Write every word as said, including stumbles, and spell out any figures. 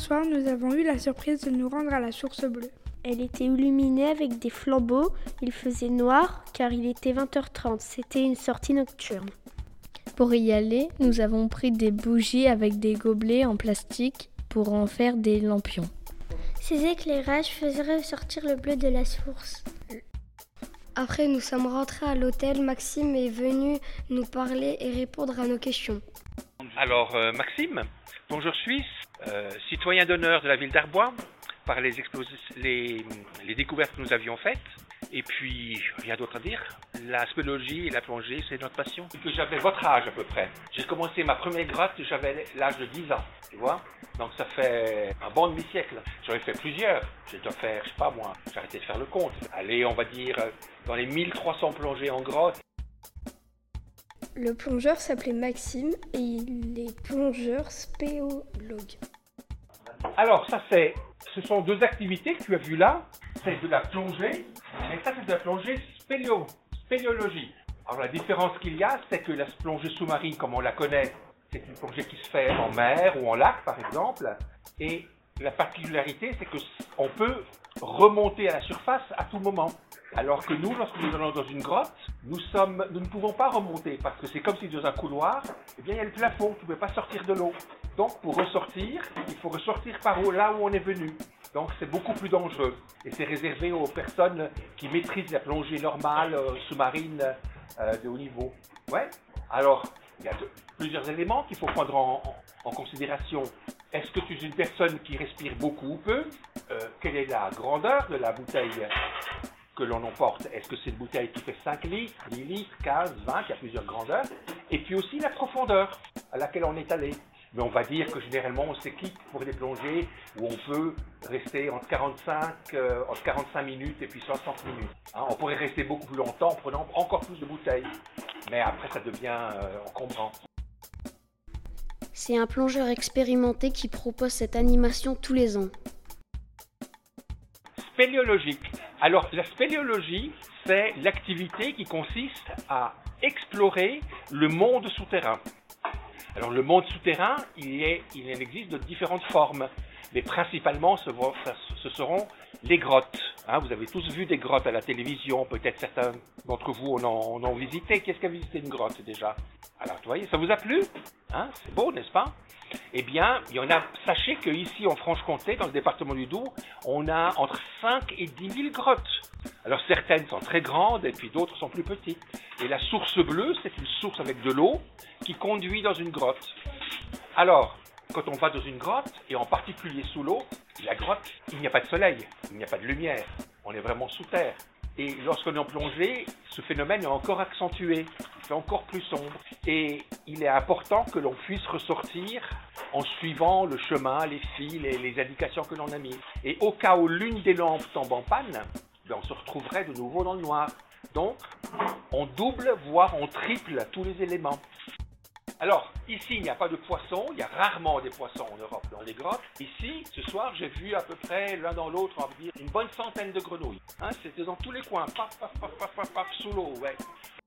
soir, nous avons eu la surprise de nous rendre à la Source Bleue. Elle était illuminée avec des flambeaux. Il faisait noir car il était vingt heures trente. C'était une sortie nocturne. Pour y aller, nous avons pris des bougies avec des gobelets en plastique pour en faire des lampions. Ces éclairages faisaient ressortir le bleu de la source. Après, nous sommes rentrés à l'hôtel. Maxime est venu nous parler et répondre à nos questions. Alors, euh, Maxime, plongeur suisse, euh, citoyen d'honneur de la ville d'Arbois, par les, expos- les, les découvertes que nous avions faites. Et puis, rien d'autre à dire. La spéléologie et la plongée, c'est notre passion. Que j'avais votre âge à peu près. J'ai commencé ma première grotte, j'avais l'âge de dix ans, tu vois. Donc ça fait un bon demi-siècle. J'en ai fait plusieurs. J'ai dû faire, je sais pas moi, j'ai arrêté de faire le compte. Allez, on va dire dans les mille trois cents plongées en grotte. Le plongeur s'appelait Maxime et il est plongeur spéologue. Alors ça c'est, ce sont deux activités que tu as vues là. C'est de la plongée, et ça c'est de la plongée spéléo, spéléologie. Alors la différence qu'il y a, c'est que la plongée sous-marine, comme on la connaît, c'est une plongée qui se fait en mer ou en lac par exemple. Et la particularité, c'est qu'on peut remonter à la surface à tout moment. Alors que nous, lorsque nous allons dans une grotte, nous, sommes, nous ne pouvons pas remonter parce que c'est comme si dans un couloir, eh bien, il y a le plafond, tu ne peux pas sortir de l'eau. Donc pour ressortir, il faut ressortir par là où on est venu. Donc c'est beaucoup plus dangereux et c'est réservé aux personnes qui maîtrisent la plongée normale euh, sous-marine euh, de haut niveau. Ouais. Alors il y a de, plusieurs éléments qu'il faut prendre en, en, en considération. Est-ce que tu es une personne qui respire beaucoup ou peu? euh, Quelle est la grandeur de la bouteille que l'on emporte? Est-ce que c'est une bouteille qui fait cinq litres, dix litres, quinze, vingt? Il y a plusieurs grandeurs. Et puis aussi la profondeur à laquelle on est allé. Mais on va dire que généralement on s'équipe pour des plongées où on peut rester entre quarante-cinq, euh, entre quarante-cinq minutes et puis soixante minutes. Hein, on pourrait rester beaucoup plus longtemps en prenant encore plus de bouteilles. Mais après ça devient euh, encombrant. C'est un plongeur expérimenté qui propose cette animation tous les ans. Spéléologique. Alors la spéléologie, c'est l'activité qui consiste à explorer le monde souterrain. Alors le monde souterrain, il, est, il en existe de différentes formes, mais principalement ce, ce seront les grottes. Hein, vous avez tous vu des grottes à la télévision, peut-être certains d'entre vous en ont, en ont visité. Qu'est-ce qu'a visité une grotte déjà? Alors vous voyez, ça vous a plu? Hein, c'est beau, n'est-ce pas? Eh bien, il y en a, sachez qu'ici en Franche-Comté, dans le département du Doubs, on a entre cinq et dix mille grottes. Alors certaines sont très grandes et puis d'autres sont plus petites. Et la source bleue, c'est une source avec de l'eau qui conduit dans une grotte. Alors, quand on va dans une grotte, et en particulier sous l'eau, la grotte, il n'y a pas de soleil, il n'y a pas de lumière, on est vraiment sous terre. Et lorsqu'on est en plongée, ce phénomène est encore accentué, il fait encore plus sombre. Et il est important que l'on puisse ressortir en suivant le chemin, les fils et les indications que l'on a mises. Et au cas où l'une des lampes tombe en panne, ben on se retrouverait de nouveau dans le noir. Donc, on double, voire on triple tous les éléments. Alors, ici, il n'y a pas de poissons, il y a rarement des poissons en Europe dans les grottes. Ici, ce soir, j'ai vu à peu près, l'un dans l'autre, on va dire, une bonne centaine de grenouilles. Hein, c'était dans tous les coins, paf, paf, paf, paf, paf, paf, sous l'eau, ouais.